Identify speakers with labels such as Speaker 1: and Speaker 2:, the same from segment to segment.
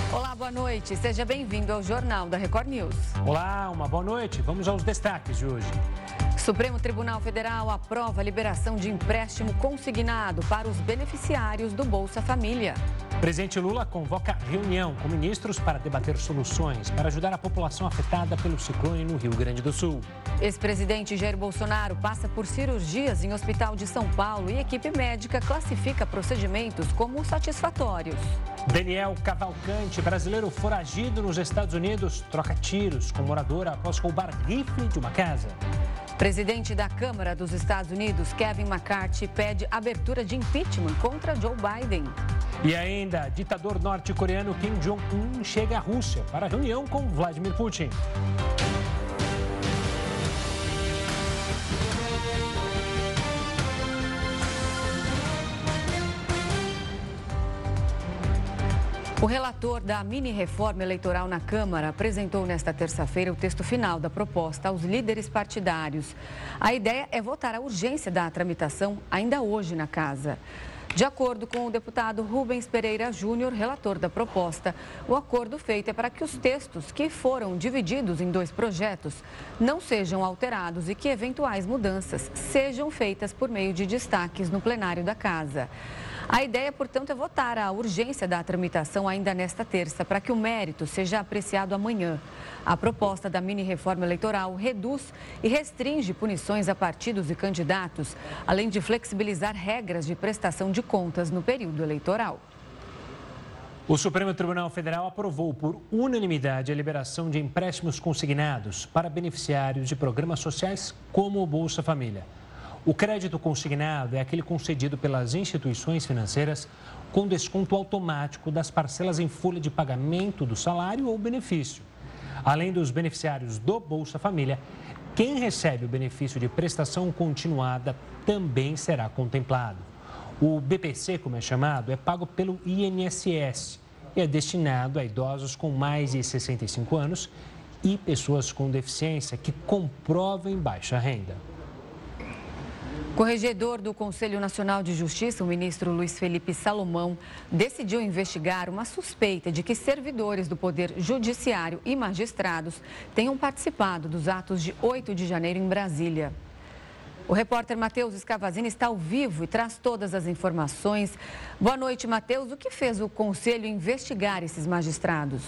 Speaker 1: Olá, boa noite. Seja bem-vindo ao Jornal da Record News.
Speaker 2: Olá, uma boa noite. Vamos aos destaques de hoje.
Speaker 1: Supremo Tribunal Federal aprova a liberação de empréstimo consignado para os beneficiários do Bolsa Família.
Speaker 2: Presidente Lula convoca reunião com ministros para debater soluções para ajudar a população afetada pelo ciclone no Rio Grande do Sul.
Speaker 1: Ex-presidente Jair Bolsonaro passa por cirurgias em hospital de São Paulo e equipe médica classifica procedimentos como satisfatórios.
Speaker 2: Daniel Cavalcante, brasileiro foragido nos Estados Unidos, troca tiros com moradora após roubar rifle de uma casa.
Speaker 1: Presidente da Câmara dos Estados Unidos, Kevin McCarthy, pede abertura de impeachment contra Joe Biden.
Speaker 2: E ainda, ditador norte-coreano Kim Jong-un chega à Rússia para reunião com Vladimir Putin.
Speaker 1: O relator da mini-reforma eleitoral na Câmara apresentou nesta terça-feira o texto final da proposta aos líderes partidários. A ideia é votar a urgência da tramitação ainda hoje na Casa. De acordo com o deputado Rubens Pereira Júnior, relator da proposta, o acordo feito é para que os textos que foram divididos em 2 projetos não sejam alterados e que eventuais mudanças sejam feitas por meio de destaques no plenário da Casa. A ideia, portanto, é votar a urgência da tramitação ainda nesta terça, para que o mérito seja apreciado amanhã. A proposta da mini-reforma eleitoral reduz e restringe punições a partidos e candidatos, além de flexibilizar regras de prestação de contas no período eleitoral.
Speaker 2: O Supremo Tribunal Federal aprovou por unanimidade a liberação de empréstimos consignados para beneficiários de programas sociais como o Bolsa Família. O crédito consignado é aquele concedido pelas instituições financeiras com desconto automático das parcelas em folha de pagamento do salário ou benefício. Além dos beneficiários do Bolsa Família, quem recebe o benefício de prestação continuada também será contemplado. O BPC, como é chamado, é pago pelo INSS e é destinado a idosos com mais de 65 anos e pessoas com deficiência que comprovem baixa renda.
Speaker 1: Corregedor do Conselho Nacional de Justiça, o ministro Luiz Felipe Salomão, decidiu investigar uma suspeita de que servidores do Poder Judiciário e magistrados tenham participado dos atos de 8 de janeiro em Brasília. O repórter Matheus Escavazini está ao vivo e traz todas as informações. Boa noite, Matheus. O que fez o Conselho investigar esses magistrados?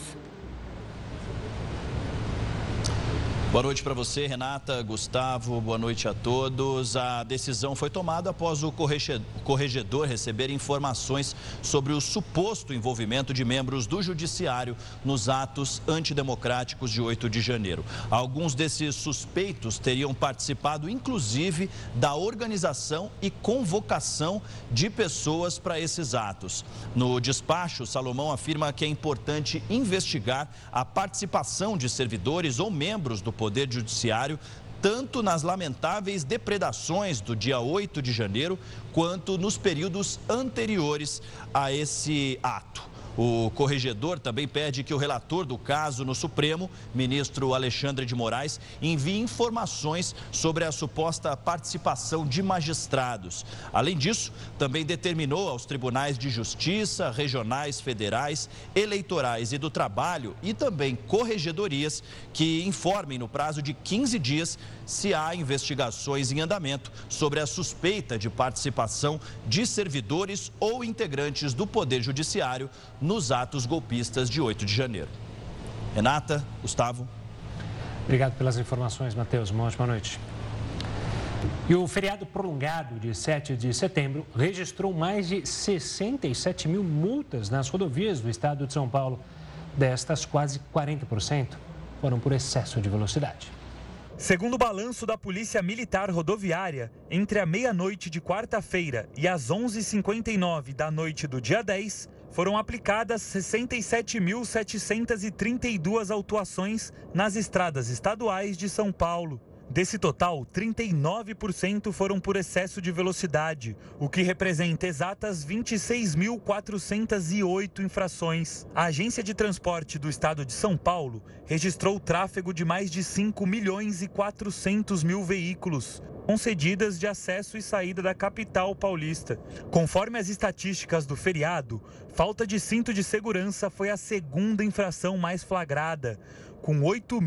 Speaker 3: Boa noite para você, Renata, Gustavo, boa noite a todos. A decisão foi tomada após o corregedor receber informações sobre o suposto envolvimento de membros do Judiciário nos atos antidemocráticos de 8 de janeiro. Alguns desses suspeitos teriam participado, inclusive, da organização e convocação de pessoas para esses atos. No despacho, Salomão afirma que é importante investigar a participação de servidores ou membros do Poder Judiciário, tanto nas lamentáveis depredações do dia 8 de janeiro, quanto nos períodos anteriores a esse ato. O corregedor também pede que o relator do caso no Supremo, ministro Alexandre de Moraes, envie informações sobre a suposta participação de magistrados. Além disso, também determinou aos tribunais de justiça, regionais, federais, eleitorais e do trabalho e também corregedorias que informem no prazo de 15 dias se há investigações em andamento sobre a suspeita de participação de servidores ou integrantes do Poder Judiciário nos atos golpistas de 8 de janeiro. Renata, Gustavo.
Speaker 2: Obrigado pelas informações, Matheus. Uma ótima noite. E o feriado prolongado de 7 de setembro registrou mais de 67 mil multas nas rodovias do estado de São Paulo. Destas, quase 40% foram por excesso de velocidade.
Speaker 4: Segundo o balanço da Polícia Militar Rodoviária, entre a meia-noite de quarta-feira e as 11h59 da noite do dia 10, foram aplicadas 67.732 autuações nas estradas estaduais de São Paulo. Desse total, 39% foram por excesso de velocidade, o que representa exatas 26.408 infrações. A Agência de Transporte do Estado de São Paulo registrou o tráfego de mais de 5.400.000 veículos, concedidas de acesso e saída da capital paulista. Conforme as estatísticas do feriado, falta de cinto de segurança foi a segunda infração mais flagrada, com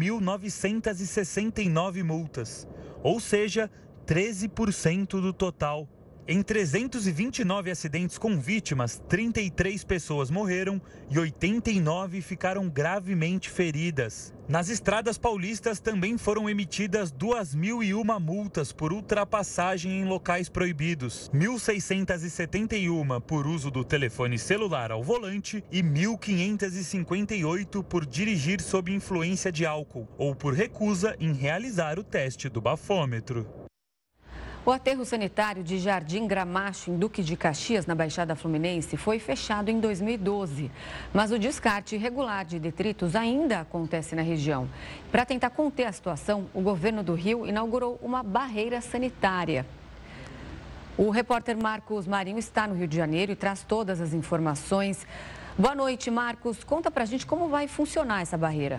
Speaker 4: 8.969 multas, ou seja, 13% do total. Em 329 acidentes com vítimas, 33 pessoas morreram e 89 ficaram gravemente feridas. Nas estradas paulistas também foram emitidas 2.001 multas por ultrapassagem em locais proibidos, 1.671 por uso do telefone celular ao volante e 1.558 por dirigir sob influência de álcool ou por recusa em realizar o teste do bafômetro.
Speaker 1: O aterro sanitário de Jardim Gramacho, em Duque de Caxias, na Baixada Fluminense, foi fechado em 2012. Mas o descarte irregular de detritos ainda acontece na região. Para tentar conter a situação, o governo do Rio inaugurou uma barreira sanitária. O repórter Marcos Marinho está no Rio de Janeiro e traz todas as informações. Boa noite, Marcos. Conta pra gente como vai funcionar essa barreira.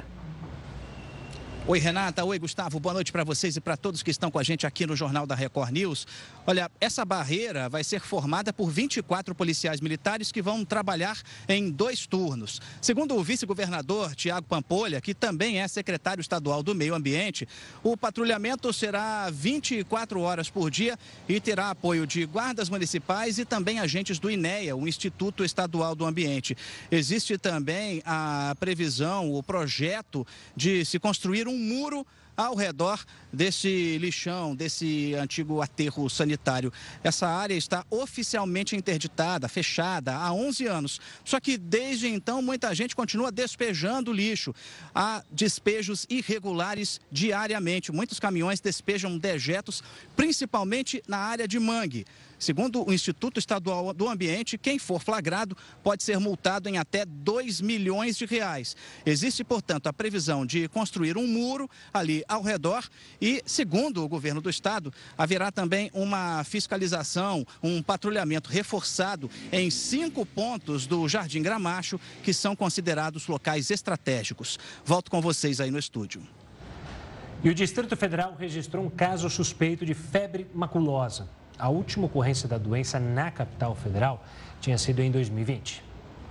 Speaker 5: Oi, Renata. Oi, Gustavo. Boa noite para vocês e para todos que estão com a gente aqui no Jornal da Record News. Olha, essa barreira vai ser formada por 24 policiais militares que vão trabalhar em 2 turnos. Segundo o vice-governador Tiago Pampolha, que também é secretário estadual do Meio Ambiente, o patrulhamento será 24 horas por dia e terá apoio de guardas municipais e também agentes do INEA, o Instituto Estadual do Ambiente. Existe também a previsão, o projeto de se construir um muro ao redor desse lixão, desse antigo aterro sanitário. Essa área está oficialmente interditada, fechada há 11 anos. Só que desde então muita gente continua despejando lixo. Há despejos irregulares diariamente. Muitos caminhões despejam dejetos, principalmente na área de mangue. Segundo o Instituto Estadual do Ambiente, quem for flagrado pode ser multado em até R$2 milhões. Existe, portanto, a previsão de construir um muro ali ao redor e, segundo o governo do estado, haverá também uma fiscalização, um patrulhamento reforçado em 5 pontos do Jardim Gramacho, que são considerados locais estratégicos. Volto com vocês aí no estúdio.
Speaker 2: E o Distrito Federal registrou um caso suspeito de febre maculosa. A última ocorrência da doença na capital federal tinha sido em 2020.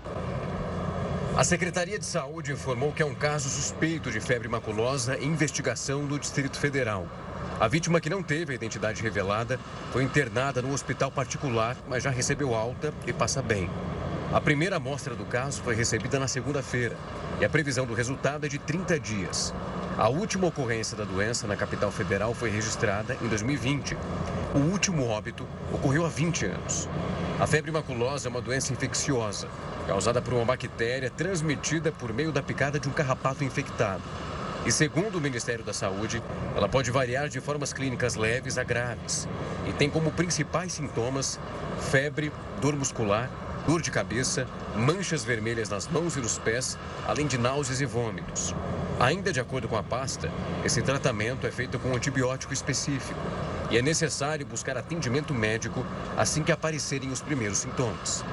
Speaker 6: A Secretaria de Saúde informou que é um caso suspeito de febre maculosa em investigação do Distrito Federal. A vítima, que não teve a identidade revelada, foi internada no hospital particular, mas já recebeu alta e passa bem. A primeira amostra do caso foi recebida na segunda-feira e a previsão do resultado é de 30 dias. A última ocorrência da doença na capital federal foi registrada em 2020. O último óbito ocorreu há 20 anos. A febre maculosa é uma doença infecciosa, causada por uma bactéria transmitida por meio da picada de um carrapato infectado. E segundo o Ministério da Saúde, ela pode variar de formas clínicas leves a graves. E tem como principais sintomas febre, dor muscular, dor de cabeça, manchas vermelhas nas mãos e nos pés, além de náuseas e vômitos. Ainda de acordo com a pasta, esse tratamento é feito com um antibiótico específico e é necessário buscar atendimento médico assim que aparecerem os primeiros sintomas.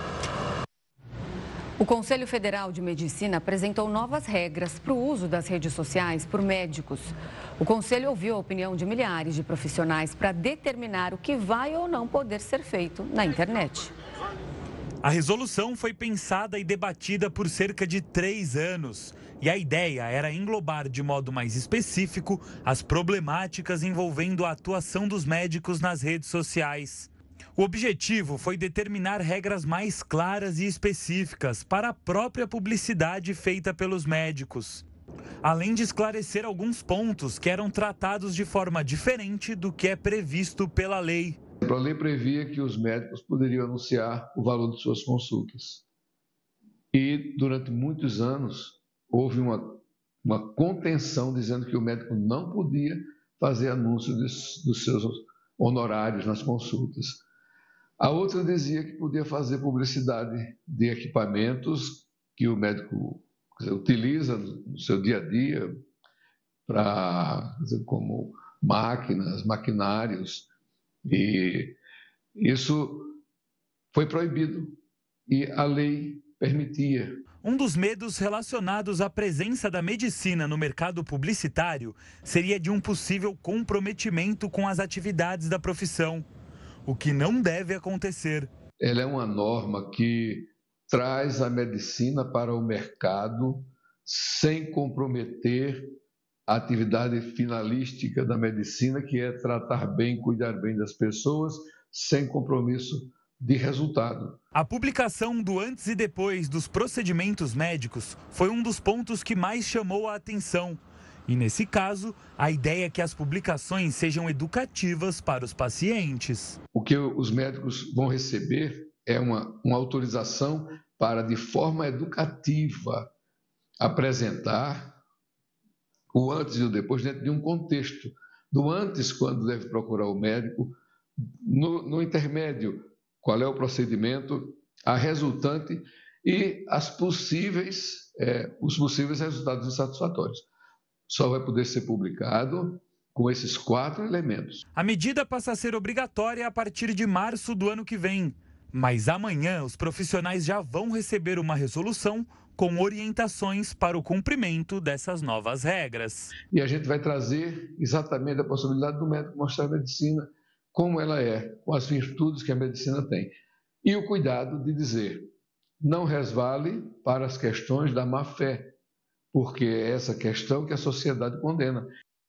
Speaker 1: O Conselho Federal de Medicina apresentou novas regras para o uso das redes sociais por médicos. O Conselho ouviu a opinião de milhares de profissionais para determinar o que vai ou não poder ser feito na internet.
Speaker 4: A resolução foi pensada e debatida por cerca de 3 anos. E a ideia era englobar de modo mais específico as problemáticas envolvendo a atuação dos médicos nas redes sociais. O objetivo foi determinar regras mais claras e específicas para a própria publicidade feita pelos médicos, além de esclarecer alguns pontos que eram tratados de forma diferente do que é previsto pela lei.
Speaker 7: A lei previa que os médicos poderiam anunciar o valor de suas consultas. E durante muitos anos houve uma contenção dizendo que o médico não podia fazer anúncio dos seus honorários nas consultas. A outra dizia que podia fazer publicidade de equipamentos que o médico utiliza no seu dia a dia, como máquinas, maquinários, e isso foi proibido. E a lei permitia.
Speaker 4: Um dos medos relacionados à presença da medicina no mercado publicitário seria de um possível comprometimento com as atividades da profissão, o que não deve acontecer.
Speaker 7: Ela é uma norma que traz a medicina para o mercado sem comprometer a atividade finalística da medicina, que é tratar bem, cuidar bem das pessoas, sem compromisso de resultado.
Speaker 4: A publicação do antes e depois dos procedimentos médicos foi um dos pontos que mais chamou a atenção. E nesse caso, a ideia é que as publicações sejam educativas para os pacientes.
Speaker 7: O que os médicos vão receber é uma autorização para, de forma educativa, apresentar o antes e o depois dentro de um contexto. Do antes, quando deve procurar o médico, no intermédio, qual é o procedimento, a resultante e os possíveis resultados insatisfatórios. Só vai poder ser publicado com esses 4 elementos.
Speaker 4: A medida passa a ser obrigatória a partir de março do ano que vem. Mas amanhã os profissionais já vão receber uma resolução com orientações para o cumprimento dessas novas regras.
Speaker 7: E a gente vai trazer exatamente a possibilidade do médico mostrar a medicina como ela é, com as virtudes que a medicina tem. E o cuidado de dizer, não resvale para as questões da má-fé, porque é essa questão que a sociedade condena.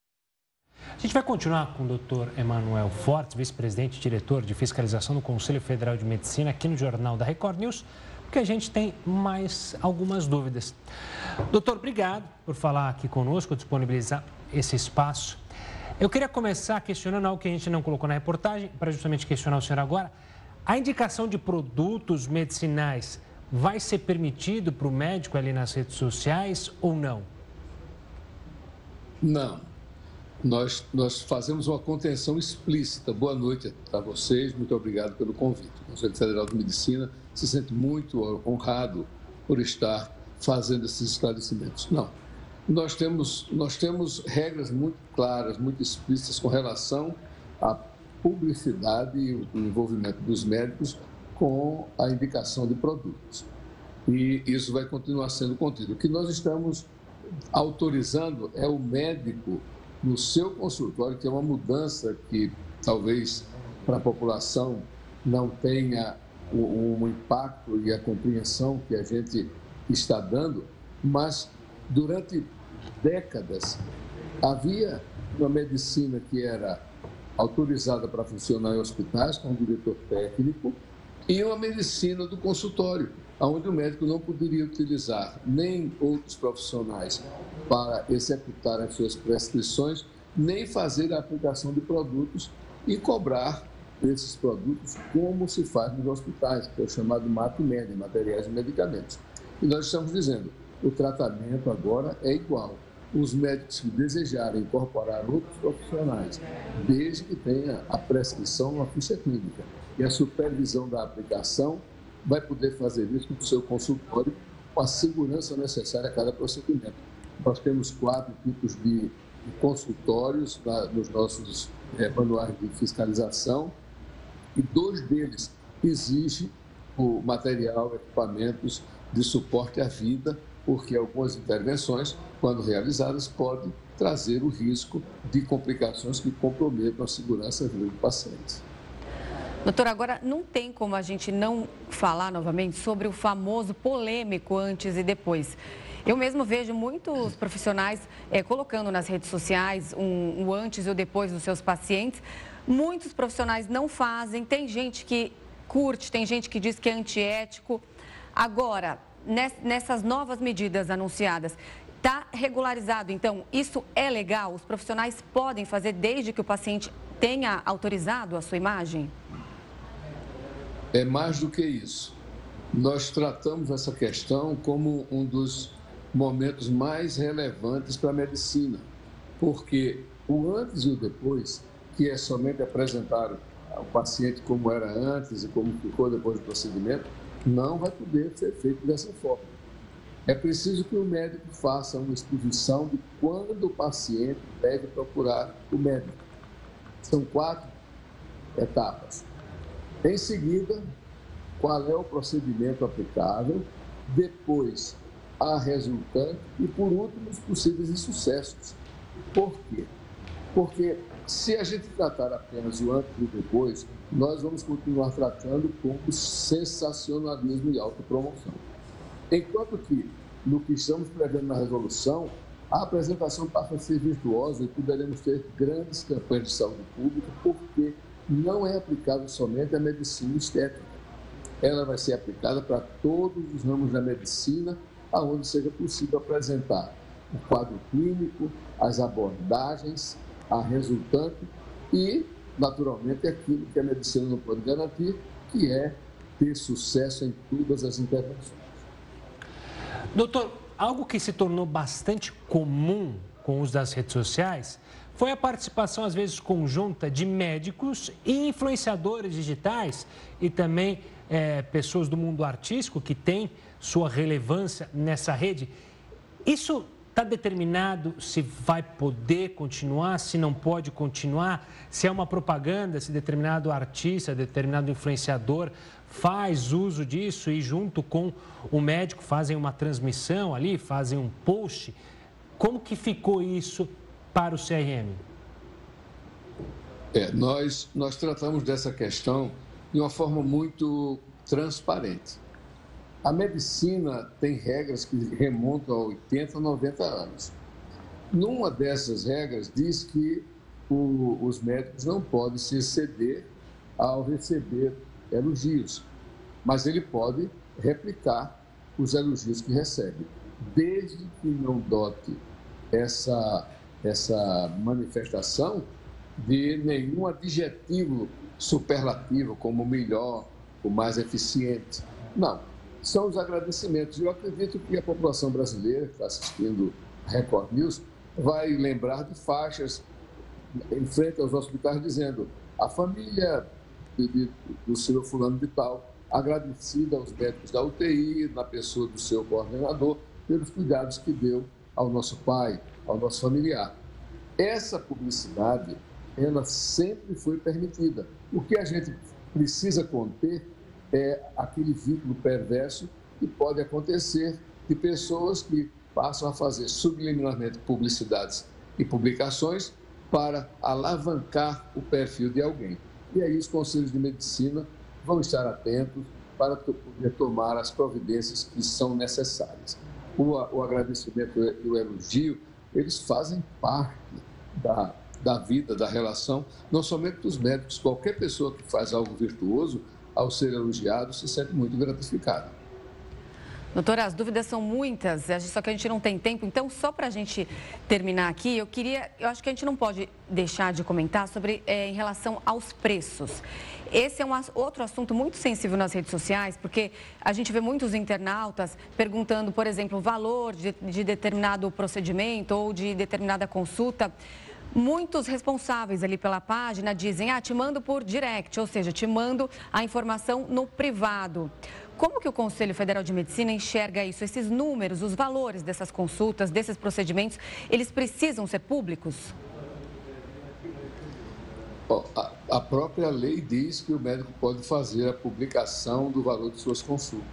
Speaker 2: A gente vai continuar com o Dr. Emanuel Fortes, vice-presidente e diretor de fiscalização do Conselho Federal de Medicina, aqui no Jornal da Record News, porque a gente tem mais algumas dúvidas. Doutor, obrigado por falar aqui conosco, disponibilizar esse espaço. Eu queria começar questionando algo que a gente não colocou na reportagem, para justamente questionar o senhor agora. A indicação de produtos medicinais vai ser permitido para o médico ali nas redes sociais ou não?
Speaker 7: Não. Nós fazemos uma contenção explícita. Boa noite a vocês, muito obrigado pelo convite. O Conselho Federal de Medicina se sente muito honrado por estar fazendo esses esclarecimentos. Não. Nós temos regras muito claras, muito explícitas com relação à publicidade e o envolvimento dos médicos com a indicação de produtos. E isso vai continuar sendo contido. O que nós estamos autorizando é o médico, no seu consultório, que é uma mudança que talvez para a população não tenha um impacto e a compreensão que a gente está dando, mas durante décadas havia uma medicina que era autorizada para funcionar em hospitais com um diretor técnico e uma medicina do consultório, onde o médico não poderia utilizar nem outros profissionais para executar as suas prescrições, nem fazer a aplicação de produtos e cobrar esses produtos como se faz nos hospitais, que é o chamado MAT-MED, materiais e medicamentos. E nós estamos dizendo, o tratamento agora é igual. Os médicos que desejarem incorporar outros profissionais, desde que tenha a prescrição na ficha clínica e a supervisão da aplicação, vai poder fazer isso no seu consultório com a segurança necessária a cada procedimento. Nós temos 4 tipos de consultórios nos nossos manuais de fiscalização e 2 deles exigem o material, equipamentos de suporte à vida, porque algumas intervenções, quando realizadas, podem trazer o risco de complicações que comprometam a segurança do paciente.
Speaker 1: Doutor, agora não tem como a gente não falar novamente sobre o famoso polêmico antes e depois. Eu mesmo vejo muitos profissionais colocando nas redes sociais o antes e o depois dos seus pacientes. Muitos profissionais não fazem, tem gente que curte, tem gente que diz que é antiético. Agora, nessas novas medidas anunciadas, está regularizado, então, isso é legal? Os profissionais podem fazer desde que o paciente tenha autorizado a sua imagem?
Speaker 7: É mais do que isso. Nós tratamos essa questão como um dos momentos mais relevantes para a medicina, porque o antes e o depois, que é somente apresentar ao paciente como era antes e como ficou depois do procedimento, não vai poder ser feito dessa forma. É preciso que o médico faça uma exposição de quando o paciente deve procurar o médico. São 4 etapas. Em seguida, qual é o procedimento aplicável depois a resultante e, por último, os possíveis insucessos. Por quê? Porque se a gente tratar apenas o antes e o depois, nós vamos continuar tratando com o sensacionalismo e autopromoção. Enquanto que, no que estamos prevendo na resolução, a apresentação passa a ser virtuosa e poderemos ter grandes campanhas de saúde pública, porque não é aplicável somente à medicina estética. Ela vai ser aplicada para todos os ramos da medicina, aonde seja possível apresentar o quadro clínico, as abordagens, a resultante e, naturalmente, aquilo que a medicina não pode garantir, que é ter sucesso em todas as intervenções.
Speaker 2: Doutor, algo que se tornou bastante comum com o uso das redes sociais foi a participação, às vezes, conjunta de médicos e influenciadores digitais e também pessoas do mundo artístico que têm sua relevância nessa rede. Isso está determinado se vai poder continuar, se não pode continuar, se é uma propaganda, se determinado artista, determinado influenciador faz uso disso e junto com o médico fazem uma transmissão ali, fazem um post. Como que ficou isso para o CRM?
Speaker 7: Nós tratamos dessa questão de uma forma muito transparente. A medicina tem regras que remontam a 80, 90 anos. Numa dessas regras diz que os médicos não podem se exceder ao receber elogios, mas ele pode replicar os elogios que recebe, desde que não dote essa manifestação de nenhum adjetivo superlativo, como melhor, o mais eficiente. Não, são os agradecimentos. Eu acredito que a população brasileira que está assistindo a Record News vai lembrar de faixas em frente aos hospitais dizendo: a família do senhor fulano de tal, agradecida aos médicos da UTI, na pessoa do seu coordenador, pelos cuidados que deu ao nosso pai, ao nosso familiar. Essa publicidade, ela sempre foi permitida. O que a gente precisa conter é aquele vínculo perverso que pode acontecer de pessoas que passam a fazer subliminarmente publicidades e publicações para alavancar o perfil de alguém. E aí os conselhos de medicina vão estar atentos para poder tomar as providências que são necessárias. O agradecimento e o elogio, eles fazem parte da vida, da relação, não somente dos médicos. Qualquer pessoa que faz algo virtuoso, ao ser elogiado, se sente muito gratificada.
Speaker 1: Doutora, as dúvidas são muitas, só que a gente não tem tempo. Então, só para a gente terminar aqui, eu acho que a gente não pode deixar de comentar sobre em relação aos preços. Esse é outro assunto muito sensível nas redes sociais, porque a gente vê muitos internautas perguntando, por exemplo, o valor de determinado procedimento ou de determinada consulta. Muitos responsáveis ali pela página dizem: te mando por direct, ou seja, te mando a informação no privado. Como que o Conselho Federal de Medicina enxerga isso? Esses números, os valores dessas consultas, desses procedimentos, eles precisam ser públicos?
Speaker 7: A própria lei diz que o médico pode fazer a publicação do valor de suas consultas.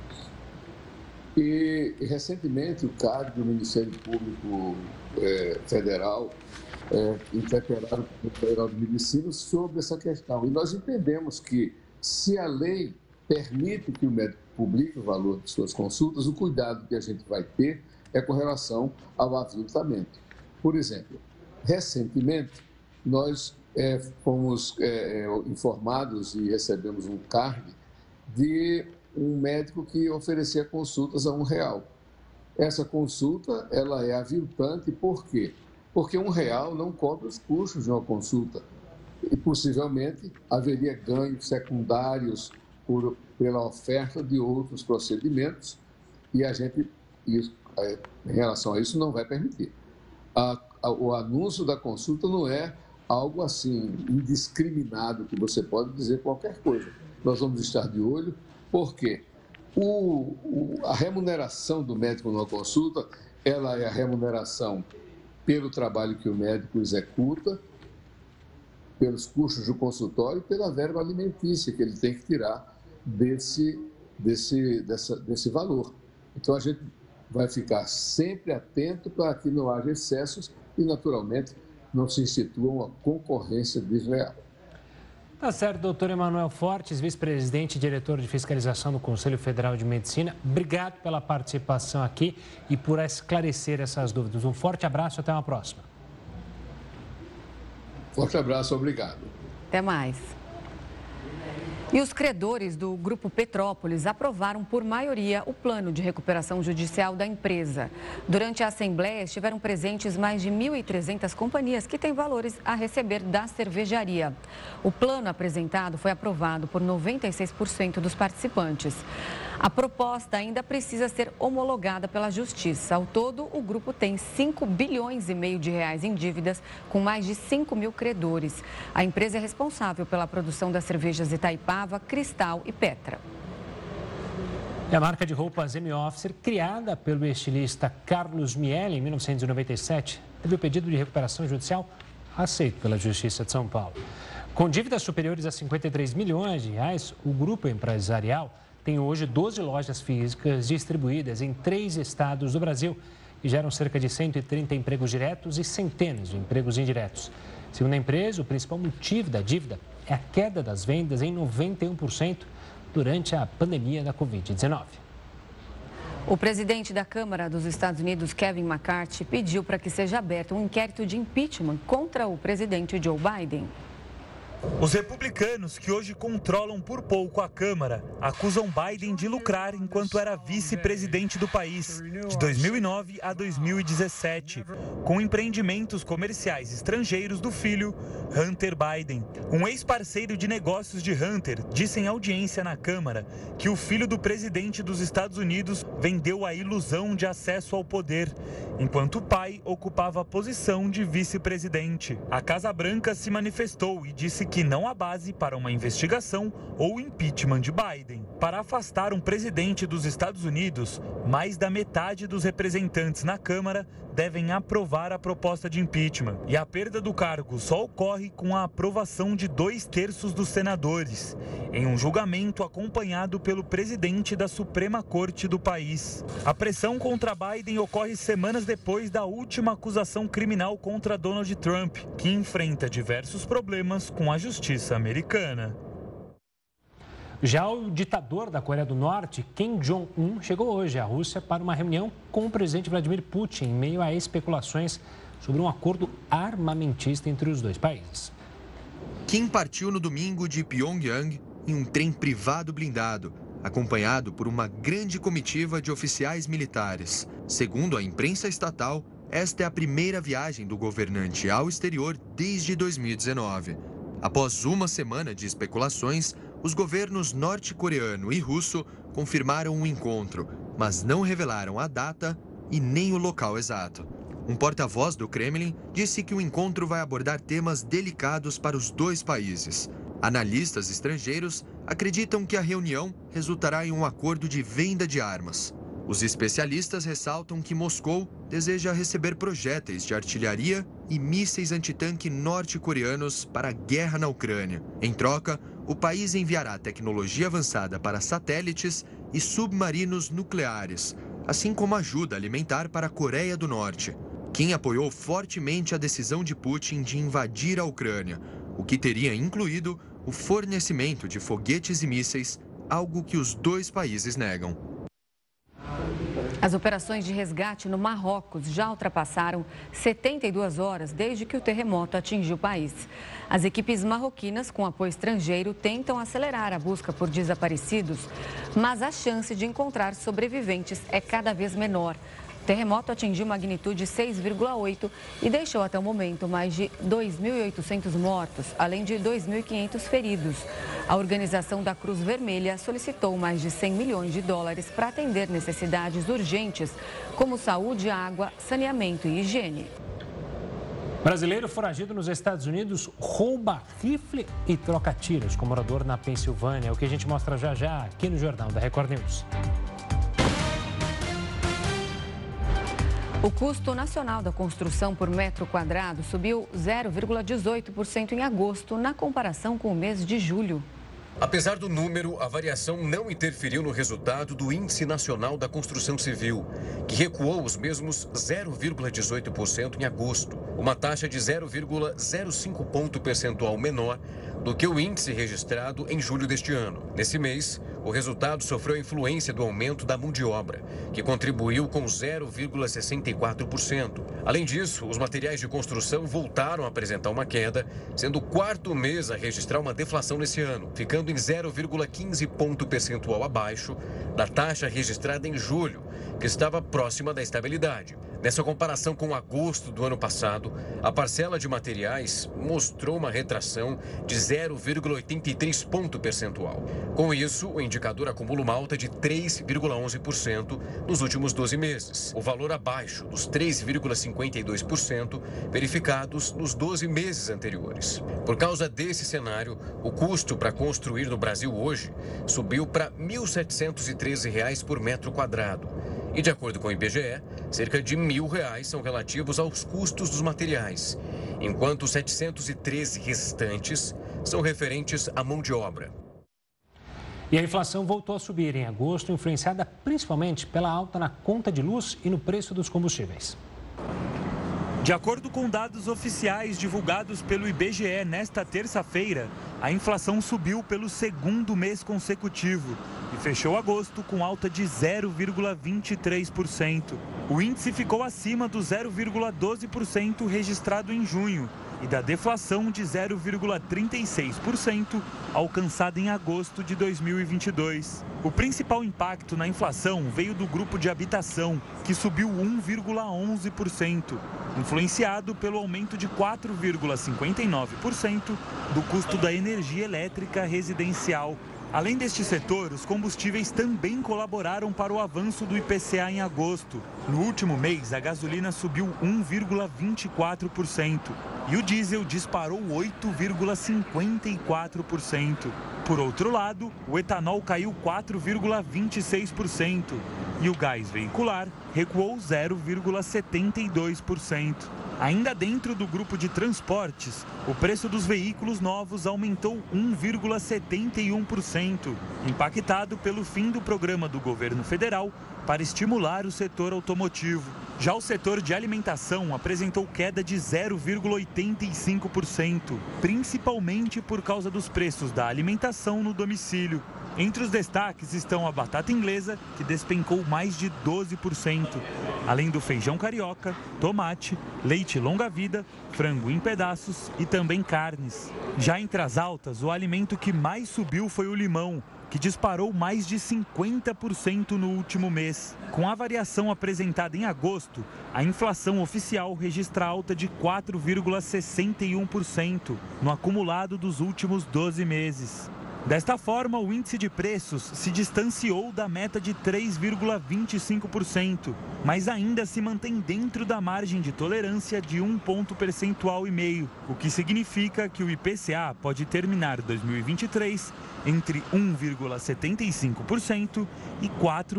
Speaker 7: E recentemente o CAD do Ministério Público Federal interpelaram o Conselho Federal de Medicina sobre essa questão. E nós entendemos que, se a lei permite que o médico publique o valor de suas consultas, o cuidado que a gente vai ter é com relação ao aviltamento. Por exemplo, recentemente, nós fomos informados e recebemos um card de um médico que oferecia consultas a R$1. Essa consulta, ela é aviltante, por quê? Porque R$1 não cobre os custos de uma consulta e possivelmente haveria ganhos secundários pela oferta de outros procedimentos e a gente, em relação a isso, não vai permitir. O anúncio da consulta não é algo assim indiscriminado que você pode dizer qualquer coisa. Nós vamos estar de olho, porque a remuneração do médico numa consulta, ela é a remuneração pelo trabalho que o médico executa, pelos custos do consultório e pela verba alimentícia que ele tem que tirar desse valor. Então, a gente vai ficar sempre atento para que não haja excessos e, naturalmente, não se institua uma concorrência desleal.
Speaker 2: Tá certo, doutor Emanuel Fortes, vice-presidente e diretor de fiscalização do Conselho Federal de Medicina. Obrigado pela participação aqui e por esclarecer essas dúvidas. Um forte abraço e até uma próxima.
Speaker 7: Forte abraço, obrigado.
Speaker 1: Até mais. E os credores do Grupo Petrópolis aprovaram por maioria o plano de recuperação judicial da empresa. Durante a Assembleia, estiveram presentes mais de 1.300 companhias que têm valores a receber da cervejaria. O plano apresentado foi aprovado por 96% dos participantes. A proposta ainda precisa ser homologada pela Justiça. Ao todo, o grupo tem 5,5 bilhões de reais em dívidas, com mais de 5 mil credores. A empresa é responsável pela produção das cervejas Itaipava, Cristal e Petra.
Speaker 2: E a marca de roupas M-Officer, criada pelo estilista Carlos Miele em 1997, teve o pedido de recuperação judicial aceito pela Justiça de São Paulo. Com dívidas superiores a 53 milhões de reais, o grupo empresarial tem hoje 12 lojas físicas distribuídas em 3 estados do Brasil e geram cerca de 130 empregos diretos e centenas de empregos indiretos. Segundo a empresa, o principal motivo da dívida é a queda das vendas em 91% durante a pandemia da Covid-19.
Speaker 1: O presidente da Câmara dos Estados Unidos, Kevin McCarthy, pediu para que seja aberto um inquérito de impeachment contra o presidente Joe Biden.
Speaker 4: Os republicanos, que hoje controlam por pouco a Câmara, acusam Biden de lucrar enquanto era vice-presidente do país, de 2009 a 2017, com empreendimentos comerciais estrangeiros do filho, Hunter Biden. Um ex-parceiro de negócios de Hunter disse em audiência na Câmara que o filho do presidente dos Estados Unidos vendeu a ilusão de acesso ao poder, enquanto o pai ocupava a posição de vice-presidente. A Casa Branca se manifestou e disse que não há base para uma investigação ou impeachment de Biden. Para afastar um presidente dos Estados Unidos, mais da metade dos representantes na Câmara devem aprovar a proposta de impeachment. E a perda do cargo só ocorre com a aprovação de 2/3 dos senadores, em um julgamento acompanhado pelo presidente da Suprema Corte do país. A pressão contra Biden ocorre semanas depois da última acusação criminal contra Donald Trump, que enfrenta diversos problemas com a justiça americana.
Speaker 2: Já o ditador da Coreia do Norte, Kim Jong-un, chegou hoje à Rússia para uma reunião com o presidente Vladimir Putin, em meio a especulações sobre um acordo armamentista entre os dois países.
Speaker 8: Kim partiu no domingo de Pyongyang em um trem privado blindado, acompanhado por uma grande comitiva de oficiais militares. Segundo a imprensa estatal, esta é a primeira viagem do governante ao exterior desde 2019. Após uma semana de especulações, os governos norte-coreano e russo confirmaram o encontro, mas não revelaram a data e nem o local exato. Um porta-voz do Kremlin disse que o encontro vai abordar temas delicados para os dois países. Analistas estrangeiros acreditam que a reunião resultará em um acordo de venda de armas. Os especialistas ressaltam que Moscou deseja receber projéteis de artilharia e mísseis antitanque norte-coreanos para a guerra na Ucrânia. Em troca, o país enviará tecnologia avançada para satélites e submarinos nucleares, assim como ajuda alimentar para a Coreia do Norte. Kim apoiou fortemente a decisão de Putin de invadir a Ucrânia, o que teria incluído o fornecimento de foguetes e mísseis, algo que os dois países negam.
Speaker 1: As operações de resgate no Marrocos já ultrapassaram 72 horas desde que o terremoto atingiu o país. As equipes marroquinas, com apoio estrangeiro, tentam acelerar a busca por desaparecidos, mas a chance de encontrar sobreviventes é cada vez menor. O terremoto atingiu magnitude 6,8 e deixou até o momento mais de 2.800 mortos, além de 2.500 feridos. A organização da Cruz Vermelha solicitou mais de 100 milhões de dólares para atender necessidades urgentes, como saúde, água, saneamento e higiene.
Speaker 2: Brasileiro foragido nos Estados Unidos rouba rifle e troca tiros com morador na Pensilvânia. É o que a gente mostra já já aqui no Jornal da Record News.
Speaker 1: O custo nacional da construção por metro quadrado subiu 0,18% em agosto, na comparação com o mês de julho.
Speaker 6: Apesar do número, a variação não interferiu no resultado do Índice Nacional da Construção Civil, que recuou os mesmos 0,18% em agosto, uma taxa de 0,05 ponto percentual menor do que o índice registrado em julho deste ano. Nesse mês, o resultado sofreu a influência do aumento da mão de obra, que contribuiu com 0,64%. Além disso, os materiais de construção voltaram a apresentar uma queda, sendo o quarto mês a registrar uma deflação nesse ano, ficando em 0,15 ponto percentual abaixo da taxa registrada em julho, que estava próxima da estabilidade. Nessa comparação com agosto do ano passado, a parcela de materiais mostrou uma retração de 0,83 ponto percentual. Com isso, o indicador acumula uma alta de 3,11% nos últimos 12 meses, o valor abaixo dos 3,52% verificados nos 12 meses anteriores. Por causa desse cenário, o custo para construir no Brasil hoje subiu para R$ 1.713 por metro quadrado. E, de acordo com o IBGE, cerca de R$ 1.000 são relativos aos custos dos materiais, enquanto os 713 restantes são referentes à mão de obra.
Speaker 2: E a inflação voltou a subir em agosto, influenciada principalmente pela alta na conta de luz e no preço dos combustíveis.
Speaker 4: De acordo com dados oficiais divulgados pelo IBGE nesta terça-feira, a inflação subiu pelo segundo mês consecutivo e fechou agosto com alta de 0,23%. O índice ficou acima do 0,12% registrado em junho e da deflação de 0,36% alcançada em agosto de 2022. O principal impacto na inflação veio do grupo de habitação, que subiu 1,11%, influenciado pelo aumento de 4,59% do custo da energia elétrica residencial. Além deste setor, os combustíveis também colaboraram para o avanço do IPCA em agosto. No último mês, a gasolina subiu 1,24% e o diesel disparou 8,54%. Por outro lado, o etanol caiu 4,26% e o gás veicular recuou 0,72%. Ainda dentro do grupo de transportes, o preço dos veículos novos aumentou 1,71%, impactado pelo fim do programa do governo federal para estimular o setor automotivo. Já o setor de alimentação apresentou queda de 0,85%, principalmente por causa dos preços da alimentação no domicílio. Entre os destaques estão a batata inglesa, que despencou mais de 12%, além do feijão carioca, tomate, leite longa-vida, frango em pedaços e também carnes. Já entre as altas, o alimento que mais subiu foi o limão, que disparou mais de 50% no último mês. Com a variação apresentada em agosto, a inflação oficial registra alta de 4,61% no acumulado dos últimos 12 meses. Desta forma, o índice de preços se distanciou da meta de 3,25%, mas ainda se mantém dentro da margem de tolerância de 1,5 ponto percentual, o que significa que o IPCA pode terminar 2023 entre 1,75% e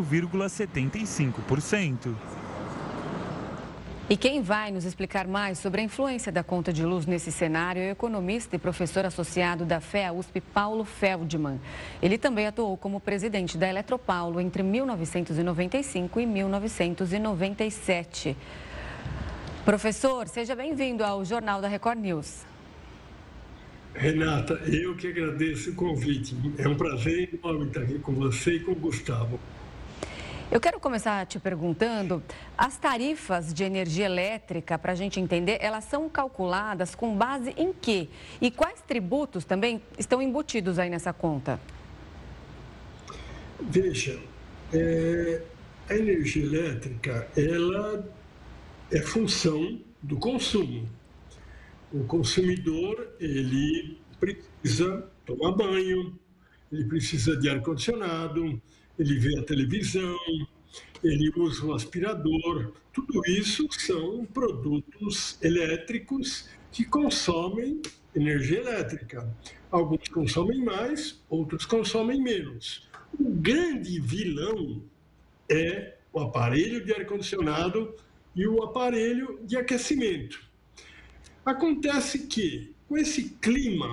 Speaker 4: 4,75%.
Speaker 1: E quem vai nos explicar mais sobre a influência da conta de luz nesse cenário é o economista e professor associado da FEA USP, Paulo Feldman. Ele também atuou como presidente da Eletropaulo entre 1995 e 1997. Professor, seja bem-vindo ao Jornal da Record News.
Speaker 9: Renata, eu que agradeço o convite. É um prazer enorme estar aqui com você e com o Gustavo.
Speaker 1: Eu quero começar te perguntando, as tarifas de energia elétrica, para a gente entender, elas são calculadas com base em quê? E quais tributos também estão embutidos aí nessa conta?
Speaker 9: Veja, a energia elétrica, ela é função do consumo. O consumidor, ele precisa tomar banho, ele precisa de ar-condicionado, ele vê a televisão, ele usa o aspirador. Tudo isso são produtos elétricos que consomem energia elétrica. Alguns consomem mais, outros consomem menos. O grande vilão é o aparelho de ar-condicionado e o aparelho de aquecimento. Acontece que, com esse clima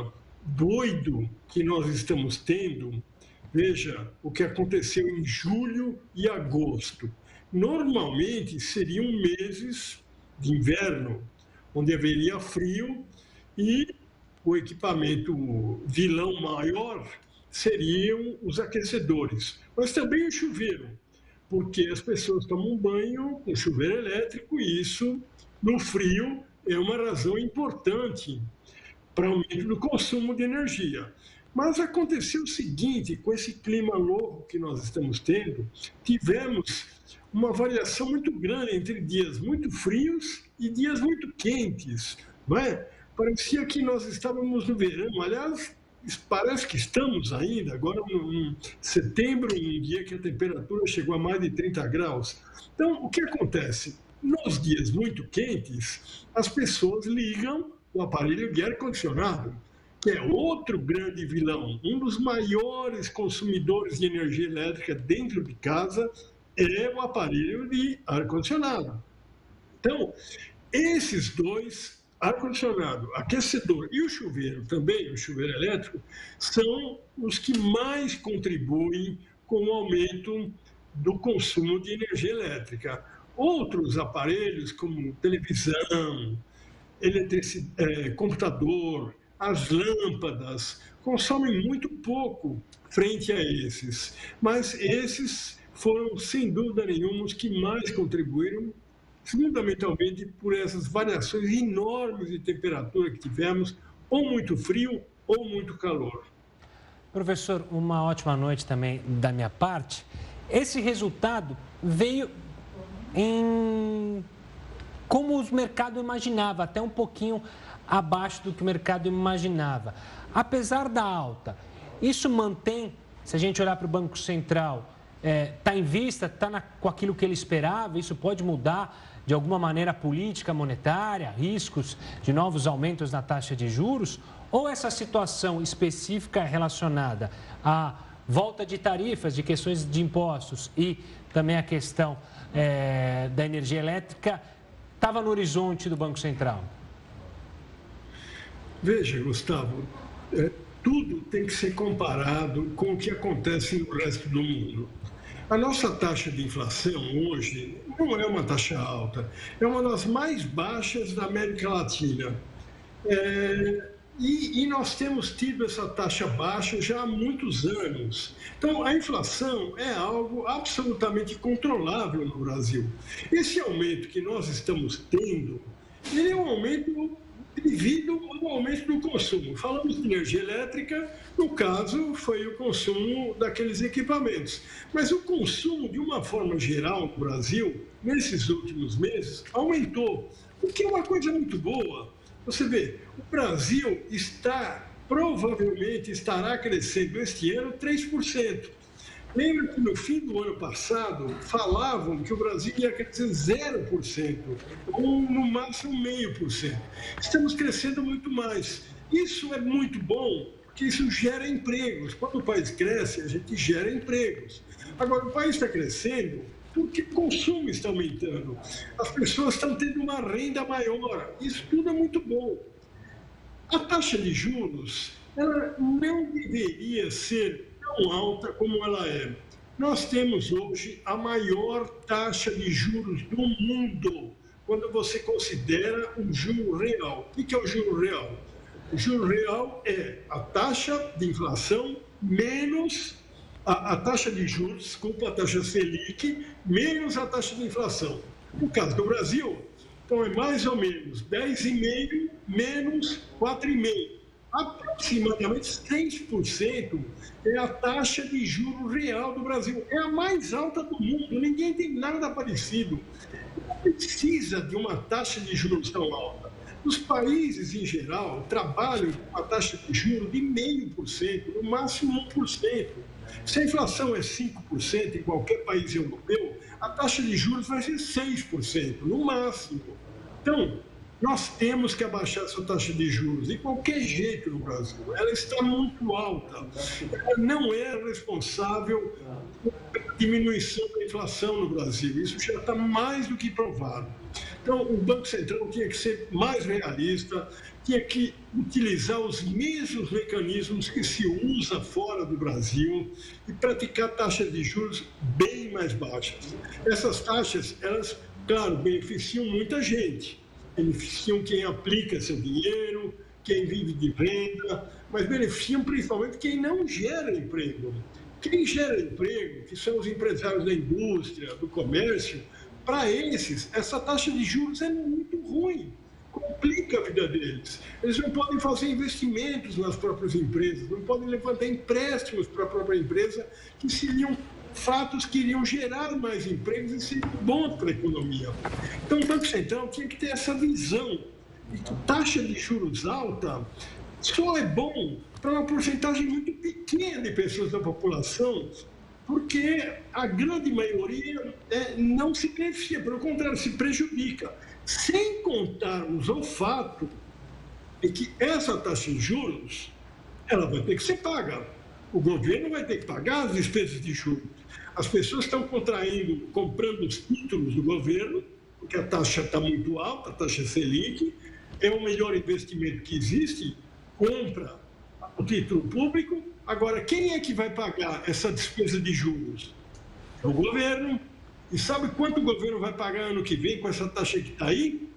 Speaker 9: doido que nós estamos tendo, veja o que aconteceu em julho e agosto. Normalmente seriam meses de inverno, onde haveria frio e o equipamento vilão maior seriam os aquecedores, mas também o chuveiro, porque as pessoas tomam banho com chuveiro elétrico e isso, no frio, é uma razão importante para o aumento do consumo de energia. Mas aconteceu o seguinte, com esse clima louco que nós estamos tendo, tivemos uma variação muito grande entre dias muito frios e dias muito quentes, não é? Parecia que nós estávamos no verão, aliás, parece que estamos ainda, agora em setembro, um dia que a temperatura chegou a mais de 30 graus. Então, o que acontece? Nos dias muito quentes, as pessoas ligam o aparelho de ar-condicionado, que é outro grande vilão. Um dos maiores consumidores de energia elétrica dentro de casa é o aparelho de ar-condicionado. Então, esses dois, ar-condicionado, aquecedor e o chuveiro também, o chuveiro elétrico, são os que mais contribuem com o aumento do consumo de energia elétrica. Outros aparelhos, como televisão, computador, as lâmpadas, consomem muito pouco frente a esses. Mas esses foram, sem dúvida nenhuma, os que mais contribuíram, fundamentalmente por essas variações enormes de temperatura que tivemos, ou muito frio ou muito calor.
Speaker 2: Professor, uma ótima noite também da minha parte. Esse resultado veio como o mercado imaginava, até um pouquinho abaixo do que o mercado imaginava. Apesar da alta, isso mantém, se a gente olhar para o Banco Central, está em vista, está com aquilo que ele esperava, isso pode mudar de alguma maneira a política monetária, riscos de novos aumentos na taxa de juros, ou essa situação específica relacionada à volta de tarifas, de questões de impostos e também a questão da energia elétrica, estava no horizonte do Banco Central?
Speaker 9: Veja, Gustavo, tudo tem que ser comparado com o que acontece no resto do mundo. A nossa taxa de inflação hoje não é uma taxa alta, é uma das mais baixas da América Latina. E nós temos tido essa taxa baixa já há muitos anos. Então, a inflação é algo absolutamente controlável no Brasil. Esse aumento que nós estamos tendo, ele é um aumento devido ao aumento do consumo. Falamos de energia elétrica, no caso, foi o consumo daqueles equipamentos. Mas o consumo, de uma forma geral, no Brasil, nesses últimos meses, aumentou, o que é uma coisa muito boa. Você vê, o Brasil provavelmente estará crescendo este ano 3%. Lembra que no fim do ano passado falavam que o Brasil ia crescer 0%, ou no máximo 0,5%. Estamos crescendo muito mais. Isso é muito bom, porque isso gera empregos. Quando o país cresce, a gente gera empregos. Agora, o país está crescendo porque o consumo está aumentando. As pessoas estão tendo uma renda maior. Isso tudo é muito bom. A taxa de juros, ela não deveria ser tão alta como ela é. Nós temos hoje a maior taxa de juros do mundo, quando você considera o juro real. O que é o juro real? O juro real é a taxa de inflação menos a taxa de juros, desculpa, a taxa Selic, menos a taxa de inflação. No caso do Brasil, então é mais ou menos 10,5 menos 4,5. Aproximadamente 6% é a taxa de juros real do Brasil. É a mais alta do mundo, ninguém tem nada parecido. Não precisa de uma taxa de juros tão alta. Os países, em geral, trabalham com uma taxa de juros de 0,5%, no máximo 1%. Se a inflação é 5% em qualquer país europeu, a taxa de juros vai ser 6%, no máximo. Então, nós temos que abaixar essa taxa de juros, de qualquer jeito no Brasil. Ela está muito alta. Ela não é responsável pela diminuição da inflação no Brasil. Isso já está mais do que provado. Então, o Banco Central tinha que ser mais realista, tinha que utilizar os mesmos mecanismos que se usa fora do Brasil e praticar taxas de juros bem mais baixas. Essas taxas, elas, claro, beneficiam muita gente, beneficiam quem aplica seu dinheiro, quem vive de renda, mas beneficiam principalmente quem não gera emprego. Quem gera emprego, que são os empresários da indústria, do comércio, para esses, essa taxa de juros é muito ruim, complica a vida deles. Eles não podem fazer investimentos nas próprias empresas, não podem levantar empréstimos para a própria empresa, que seriam fatos que iriam gerar mais empregos e seriam bons para a economia. Então, o Banco Central tinha que ter essa visão de que taxa de juros alta só é bom para uma porcentagem muito pequena de pessoas da população, porque a grande maioria não se beneficia, pelo contrário, se prejudica. Sem contarmos o fato de que essa taxa de juros, ela vai ter que ser paga. O governo vai ter que pagar as despesas de juros. As pessoas estão comprando os títulos do governo, porque a taxa está muito alta, a taxa Selic, é o melhor investimento que existe, compra o título público. Agora, quem é que vai pagar essa despesa de juros? É o governo. E sabe quanto o governo vai pagar ano que vem com essa taxa que está aí?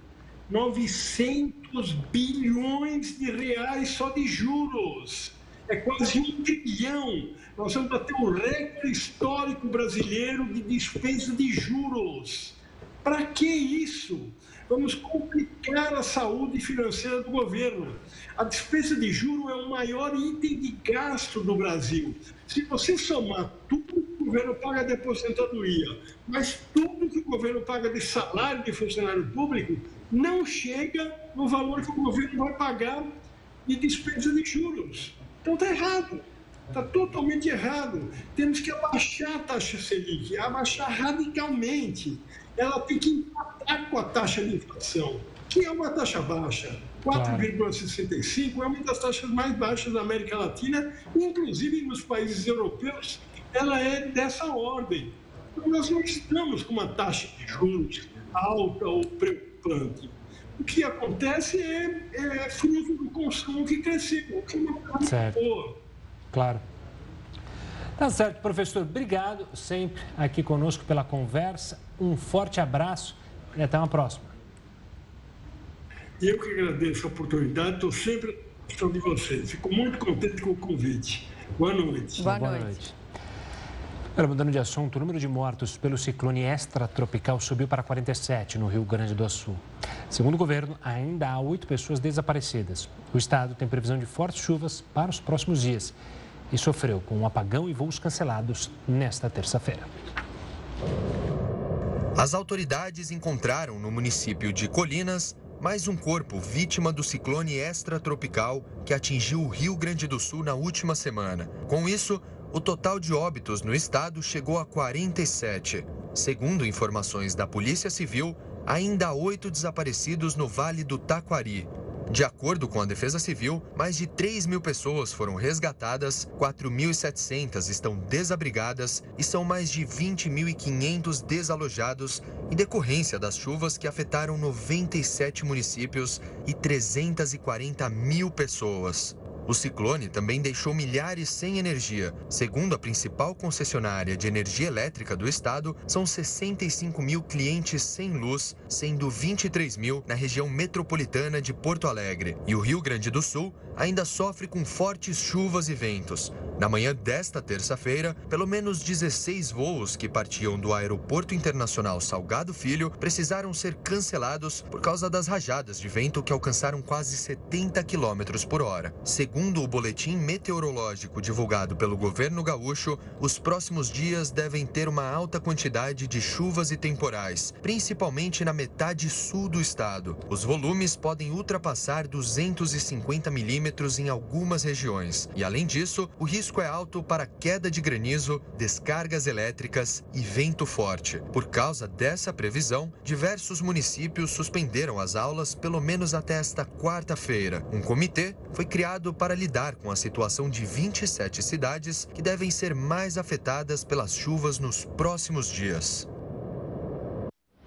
Speaker 9: 900 bilhões de reais só de juros. É quase 1 trilhão. Nós vamos bater um recorde histórico brasileiro de despesa de juros. Para que isso? Vamos complicar a saúde financeira do governo. A despesa de juros é o maior item de gasto do Brasil. Se você somar tudo que o governo paga de aposentadoria, mas tudo que o governo paga de salário de funcionário público, não chega no valor que o governo vai pagar de despesa de juros. Então está errado, está totalmente errado. Temos que abaixar a taxa Selic, abaixar radicalmente. Ela tem que empatar com a taxa de inflação, que é uma taxa baixa. 4,65 é uma das taxas mais baixas da América Latina, inclusive nos países europeus, ela é dessa ordem. Então, nós não estamos com uma taxa de juros alta ou preocupante. O que acontece é fruto do consumo que cresceu, o que não está boa.
Speaker 2: Claro. Tá certo, professor. Obrigado sempre aqui conosco pela conversa. Um forte abraço e até uma próxima.
Speaker 9: Eu que agradeço a oportunidade, estou sempre à disposição de vocês. Fico muito contente com o convite. Boa noite.
Speaker 1: Boa noite.
Speaker 2: Agora, mudando de assunto, o número de mortos pelo ciclone extratropical subiu para 47 no Rio Grande do Sul. Segundo o governo, ainda há 8 pessoas desaparecidas. O estado tem previsão de fortes chuvas para os próximos dias e sofreu com um apagão e voos cancelados nesta terça-feira.
Speaker 8: As autoridades encontraram no município de Colinas mais um corpo vítima do ciclone extratropical que atingiu o Rio Grande do Sul na última semana. Com isso, o total de óbitos no estado chegou a 47. Segundo informações da Polícia Civil, ainda há 8 desaparecidos no Vale do Taquari. De acordo com a Defesa Civil, mais de 3.000 pessoas foram resgatadas, 4.700 estão desabrigadas e são mais de 20.500 desalojados em decorrência das chuvas que afetaram 97 municípios e 340 mil pessoas. O ciclone também deixou milhares sem energia. Segundo a principal concessionária de energia elétrica do estado, são 65 mil clientes sem luz, sendo 23 mil na região metropolitana de Porto Alegre. E o Rio Grande do Sul ainda sofre com fortes chuvas e ventos. Na manhã desta terça-feira, pelo menos 16 voos que partiam do Aeroporto Internacional Salgado Filho precisaram ser cancelados por causa das rajadas de vento que alcançaram quase 70 km por hora. Segundo o boletim meteorológico divulgado pelo governo gaúcho, os próximos dias devem ter uma alta quantidade de chuvas e temporais, principalmente na metade sul do estado. Os volumes podem ultrapassar 250 milímetros em algumas regiões. E, além disso, o risco é alto para queda de granizo, descargas elétricas e vento forte. Por causa dessa previsão, diversos municípios suspenderam as aulas pelo menos até esta quarta-feira. Um comitê foi criado para lidar com a situação de 27 cidades que devem ser mais afetadas pelas chuvas nos próximos dias.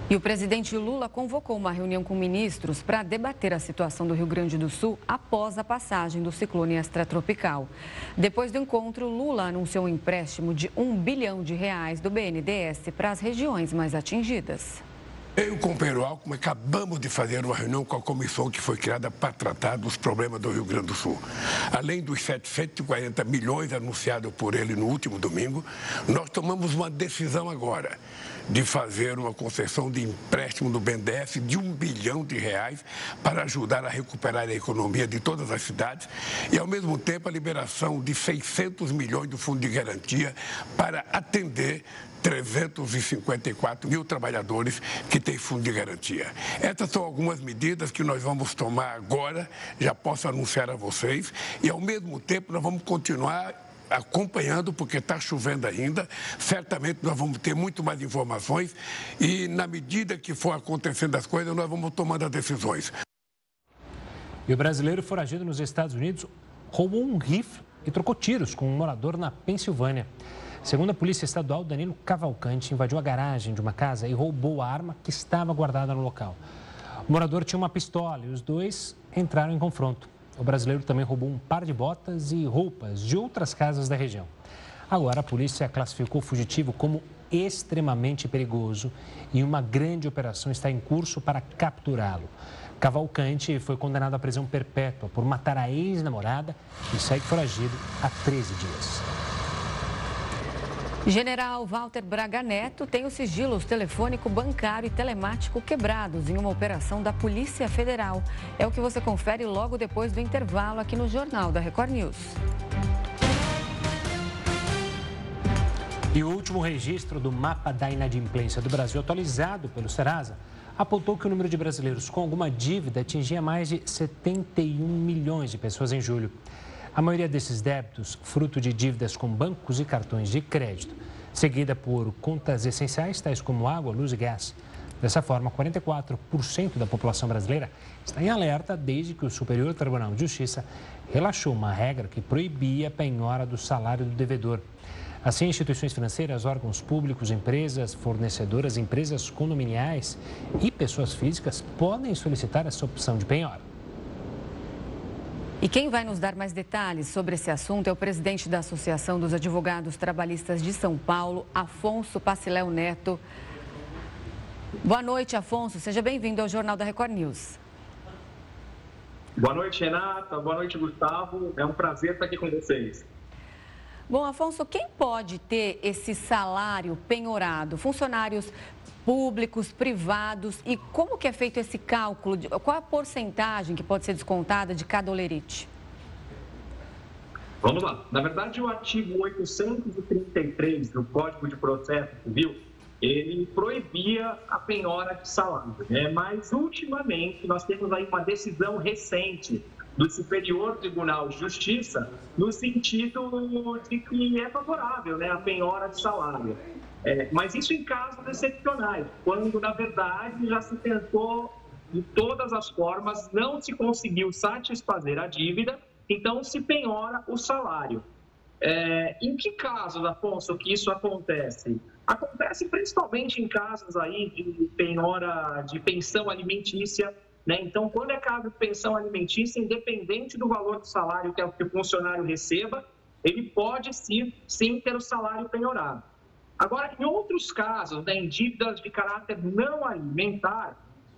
Speaker 1: E o presidente Lula convocou uma reunião com ministros para debater a situação do Rio Grande do Sul após a passagem do ciclone extratropical. Depois do encontro, Lula anunciou um empréstimo de R$1 bilhão do BNDES para as regiões mais atingidas.
Speaker 10: Eu, com o Pedro Alckmin, acabamos de fazer uma reunião com a comissão que foi criada para tratar dos problemas do Rio Grande do Sul. Além dos 740 milhões anunciados por ele no último domingo, nós tomamos uma decisão agora de fazer uma concessão de empréstimo do BNDES de R$1 bilhão para ajudar a recuperar a economia de todas as cidades e, ao mesmo tempo, a liberação de 600 milhões do Fundo de Garantia para atender 354 mil trabalhadores que têm fundo de garantia. Essas são algumas medidas que nós vamos tomar agora, já posso anunciar a vocês, e ao mesmo tempo nós vamos continuar acompanhando, porque está chovendo ainda, certamente nós vamos ter muito mais informações e na medida que for acontecendo as coisas, nós vamos tomando as decisões.
Speaker 2: E o brasileiro foragido nos Estados Unidos roubou um rifle e trocou tiros com um morador na Pensilvânia. Segundo a Polícia Estadual, Danilo Cavalcante invadiu a garagem de uma casa e roubou a arma que estava guardada no local. O morador tinha uma pistola e os dois entraram em confronto. O brasileiro também roubou um par de botas e roupas de outras casas da região. Agora, a polícia classificou o fugitivo como extremamente perigoso e uma grande operação está em curso para capturá-lo. Cavalcante foi condenado à prisão perpétua por matar a ex-namorada e segue foragido há 13 dias.
Speaker 1: General Walter Braga Neto tem os sigilos telefônico, bancário e telemático quebrados em uma operação da Polícia Federal. É o que você confere logo depois do intervalo aqui no Jornal da Record News.
Speaker 2: E o último registro do mapa da inadimplência do Brasil, atualizado pelo Serasa, apontou que o número de brasileiros com alguma dívida atingia mais de 71 milhões de pessoas em julho. A maioria desses débitos, fruto de dívidas com bancos e cartões de crédito, seguida por contas essenciais, tais como água, luz e gás. Dessa forma, 44% da população brasileira está em alerta desde que o Superior Tribunal de Justiça relaxou uma regra que proibia a penhora do salário do devedor. Assim, instituições financeiras, órgãos públicos, empresas fornecedoras, empresas condominiais e pessoas físicas podem solicitar essa opção de penhora.
Speaker 1: E quem vai nos dar mais detalhes sobre esse assunto é o presidente da Associação dos Advogados Trabalhistas de São Paulo, Afonso Paciléu Neto. Boa noite, Afonso. Seja bem-vindo ao Jornal da Record News.
Speaker 11: Boa noite, Renata. Boa noite, Gustavo. É um prazer estar aqui com vocês.
Speaker 1: Bom, Afonso, quem pode ter esse salário penhorado? Funcionários públicos, privados, e como que é feito esse cálculo? Qual a porcentagem que pode ser descontada de cada holerite?
Speaker 11: Vamos lá. Na verdade, o artigo 833 do Código de Processo Civil, ele proibia a penhora de salário, né? Mas, ultimamente, nós temos aí uma decisão recente do Superior Tribunal de Justiça no sentido de que é favorável, né, a penhora de salário. Mas isso em casos excepcionais, quando, na verdade, já se tentou, de todas as formas, não se conseguiu satisfazer a dívida, então se penhora o salário. Em que casos, Afonso, que isso acontece? Acontece principalmente em casos aí de penhora de pensão alimentícia, né? Então, quando é caso de pensão alimentícia, independente do valor do salário que o funcionário receba, ele pode sim ter o salário penhorado. Agora, em outros casos, né, em dívidas de caráter não alimentar,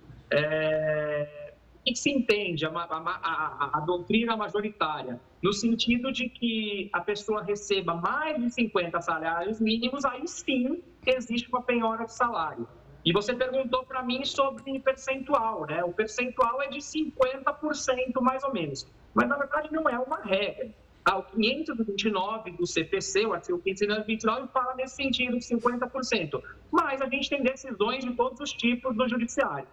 Speaker 11: o que se entende a doutrina majoritária? No sentido de que a pessoa receba mais de 50 salários mínimos, aí sim existe uma penhora de salário. E você perguntou para mim sobre percentual, né? O percentual é de 50% mais ou menos, mas na verdade não é uma regra. O 529 do CPC, o artigo 529, fala nesse sentido de 50%. Mas a gente tem decisões de todos os tipos do judiciário.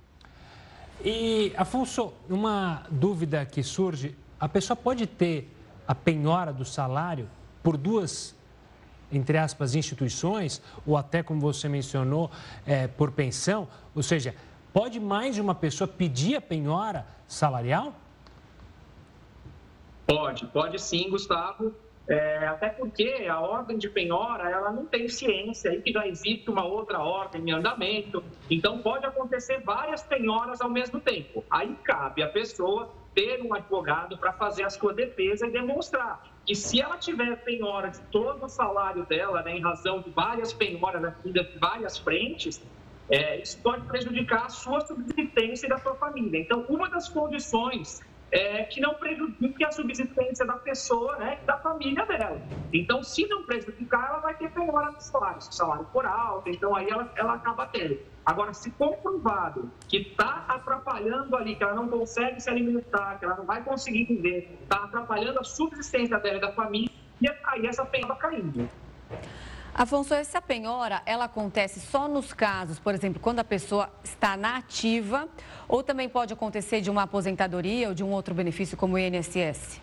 Speaker 2: E, Afonso, uma dúvida que surge, a pessoa pode ter a penhora do salário por duas, entre aspas, instituições, ou até, como você mencionou, por pensão? Ou seja, pode mais de uma pessoa pedir a penhora salarial?
Speaker 11: Pode sim, Gustavo. Até porque a ordem de penhora, ela não tem ciência aí que já existe uma outra ordem em andamento, então pode acontecer várias penhoras ao mesmo tempo. Aí cabe a pessoa ter um advogado para fazer a sua defesa e demonstrar que se ela tiver penhora de todo o salário dela, né, em razão de várias penhoras de várias frentes, isso pode prejudicar a sua subsistência e da sua família. Então, uma das condições é que não prejudique a subsistência da pessoa, né, e da família dela. Então, se não prejudicar, ela vai ter penhora no salário. Se o salário for alto, então aí ela acaba tendo. Agora, se comprovado que está atrapalhando ali, que ela não consegue se alimentar, que ela não vai conseguir viver, está atrapalhando a subsistência dela e da família, aí essa penhora caindo.
Speaker 1: Afonso, essa penhora, ela acontece só nos casos, por exemplo, quando a pessoa está na ativa, ou também pode acontecer de uma aposentadoria ou de um outro benefício como o INSS?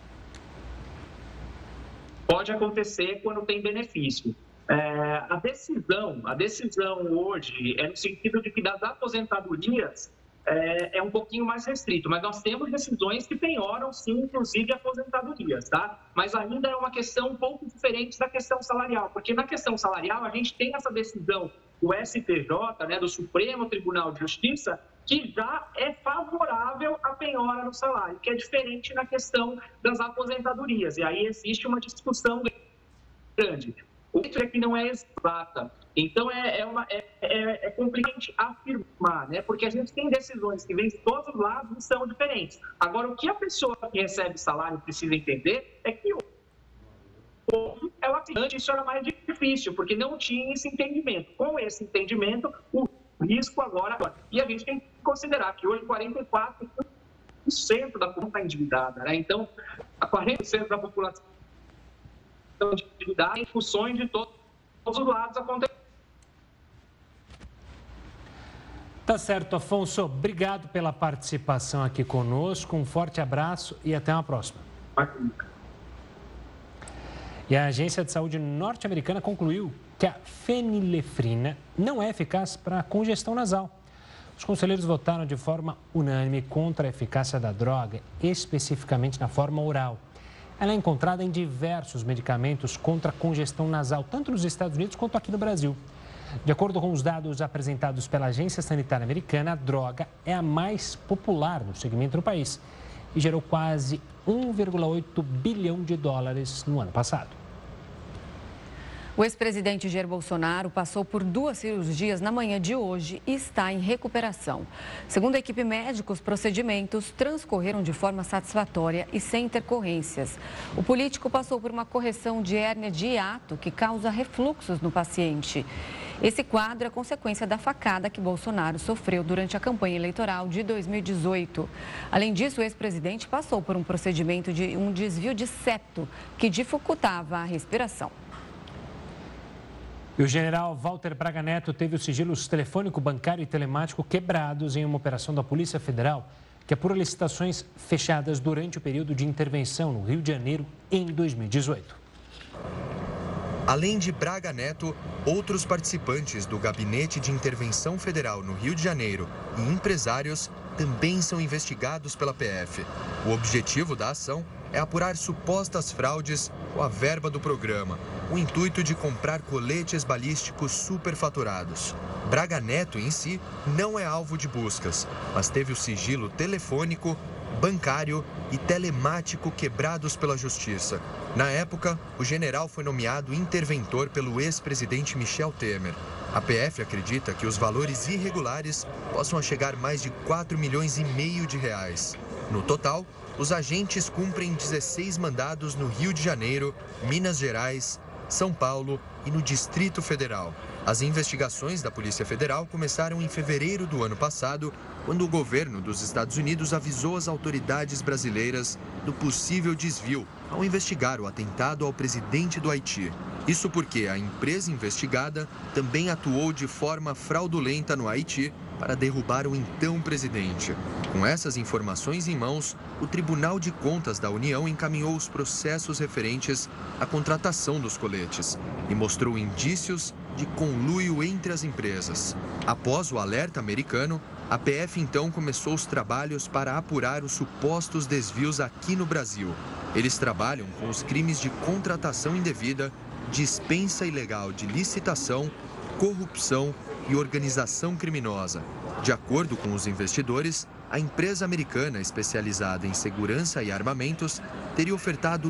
Speaker 11: Pode acontecer quando tem benefício. A decisão hoje é no sentido de que das aposentadorias é um pouquinho mais restrito, mas nós temos decisões que penhoram, sim, inclusive aposentadorias, tá? Mas ainda é uma questão um pouco diferente da questão salarial, porque na questão salarial a gente tem essa decisão do STJ, né, do Supremo Tribunal de Justiça, que já é favorável à penhora no salário, que é diferente na questão das aposentadorias, e aí existe uma discussão grande. O que é que não é exata. Então, é complicado afirmar, né? Porque a gente tem decisões que vêm de todos os lados e são diferentes. Agora, o que a pessoa que recebe salário precisa entender é que antes isso era mais difícil, porque não tinha esse entendimento. Com esse entendimento, o risco agora... E a gente tem que considerar que hoje 44% da população está endividada, né? Então, 40% da população de atividade em funções de todos os lados acontecendo.
Speaker 2: Tá certo, Afonso. Obrigado pela participação aqui conosco. Um forte abraço e até uma próxima. E a Agência de Saúde norte-americana concluiu que a fenilefrina não é eficaz para congestão nasal. Os conselheiros votaram de forma unânime contra a eficácia da droga, especificamente na forma oral. Ela é encontrada em diversos medicamentos contra a congestão nasal, tanto nos Estados Unidos quanto aqui no Brasil. De acordo com os dados apresentados pela Agência Sanitária Americana, a droga é a mais popular no segmento no país e gerou quase 1,8 bilhão de dólares no ano passado.
Speaker 1: O ex-presidente Jair Bolsonaro passou por 2 cirurgias na manhã de hoje e está em recuperação. Segundo a equipe médica, os procedimentos transcorreram de forma satisfatória e sem intercorrências. O político passou por uma correção de hérnia de hiato que causa refluxos no paciente. Esse quadro é consequência da facada que Bolsonaro sofreu durante a campanha eleitoral de 2018. Além disso, o ex-presidente passou por um procedimento de um desvio de septo que dificultava a respiração.
Speaker 2: E o general Walter Braga Neto teve os sigilos telefônico, bancário e telemático quebrados em uma operação da Polícia Federal que apura licitações fechadas durante o período de intervenção no Rio de Janeiro em 2018.
Speaker 8: Além de Braga Neto, outros participantes do Gabinete de Intervenção Federal no Rio de Janeiro e empresários também são investigados pela PF. O objetivo da ação é apurar supostas fraudes com a verba do programa, o intuito de comprar coletes balísticos superfaturados. Braga Neto, em si, não é alvo de buscas, mas teve o sigilo telefônico, bancário e telemático quebrados pela Justiça. Na época, o general foi nomeado interventor pelo ex-presidente Michel Temer. A PF acredita que os valores irregulares possam chegar a mais de 4,5 milhões de reais. No total, os agentes cumprem 16 mandados no Rio de Janeiro, Minas Gerais, São Paulo e no Distrito Federal. As investigações da Polícia Federal começaram em fevereiro do ano passado, quando o governo dos Estados Unidos avisou as autoridades brasileiras do possível desvio ao investigar o atentado ao presidente do Haiti. Isso porque a empresa investigada também atuou de forma fraudulenta no Haiti para derrubar o então presidente. Com essas informações em mãos, o Tribunal de Contas da União encaminhou os processos referentes à contratação dos coletes e mostrou indícios de conluio entre as empresas. Após o alerta americano, a PF então começou os trabalhos para apurar os supostos desvios aqui no Brasil. Eles trabalham com os crimes de contratação indevida, dispensa ilegal de licitação, corrupção e organização criminosa. De acordo com os investidores, a empresa americana especializada em segurança e armamentos teria ofertado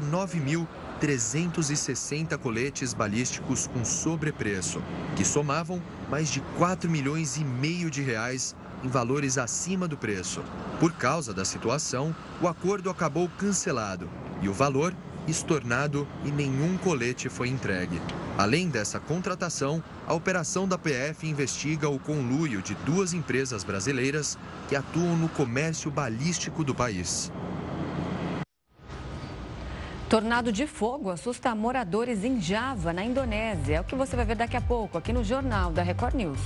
Speaker 8: 9.360 coletes balísticos com sobrepreço, que somavam mais de 4,5 milhões de reais em valores acima do preço. Por causa da situação, o acordo acabou cancelado e o valor estornado e nenhum colete foi entregue. Além dessa contratação, a operação da PF investiga o conluio de 2 empresas brasileiras que atuam no comércio balístico do país.
Speaker 1: Tornado de fogo assusta moradores em Java, na Indonésia. É o que você vai ver daqui a pouco aqui no Jornal da Record News.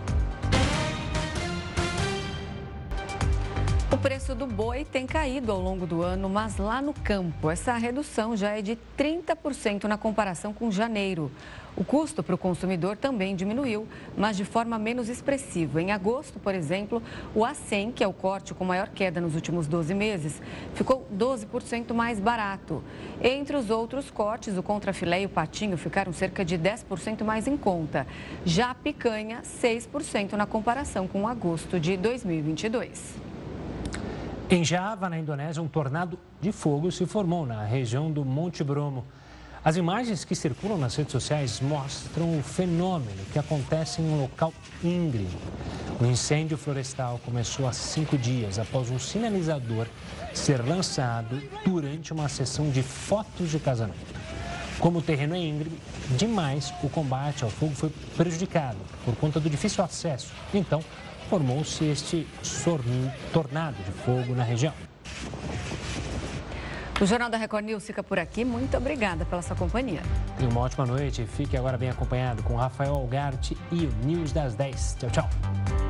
Speaker 1: O preço do boi tem caído ao longo do ano, mas lá no campo, essa redução já é de 30% na comparação com janeiro. O custo para o consumidor também diminuiu, mas de forma menos expressiva. Em agosto, por exemplo, o A100, que é o corte com maior queda nos últimos 12 meses, ficou 12% mais barato. Entre os outros cortes, o contrafilé e o patinho ficaram cerca de 10% mais em conta. Já a picanha, 6% na comparação com agosto de 2022.
Speaker 2: Em Java, na Indonésia, um tornado de fogo se formou na região do Monte Bromo. As imagens que circulam nas redes sociais mostram o fenômeno que acontece em um local íngreme. O incêndio florestal começou há 5 dias após um sinalizador ser lançado durante uma sessão de fotos de casamento. Como o terreno é íngreme demais, o combate ao fogo foi prejudicado por conta do difícil acesso. Então, formou-se este tornado de fogo na região.
Speaker 1: O Jornal da Record News fica por aqui. Muito obrigada pela sua companhia.
Speaker 2: Tenha uma ótima noite. Fique agora bem acompanhado com Rafael Algarte e o News das 10. Tchau, tchau.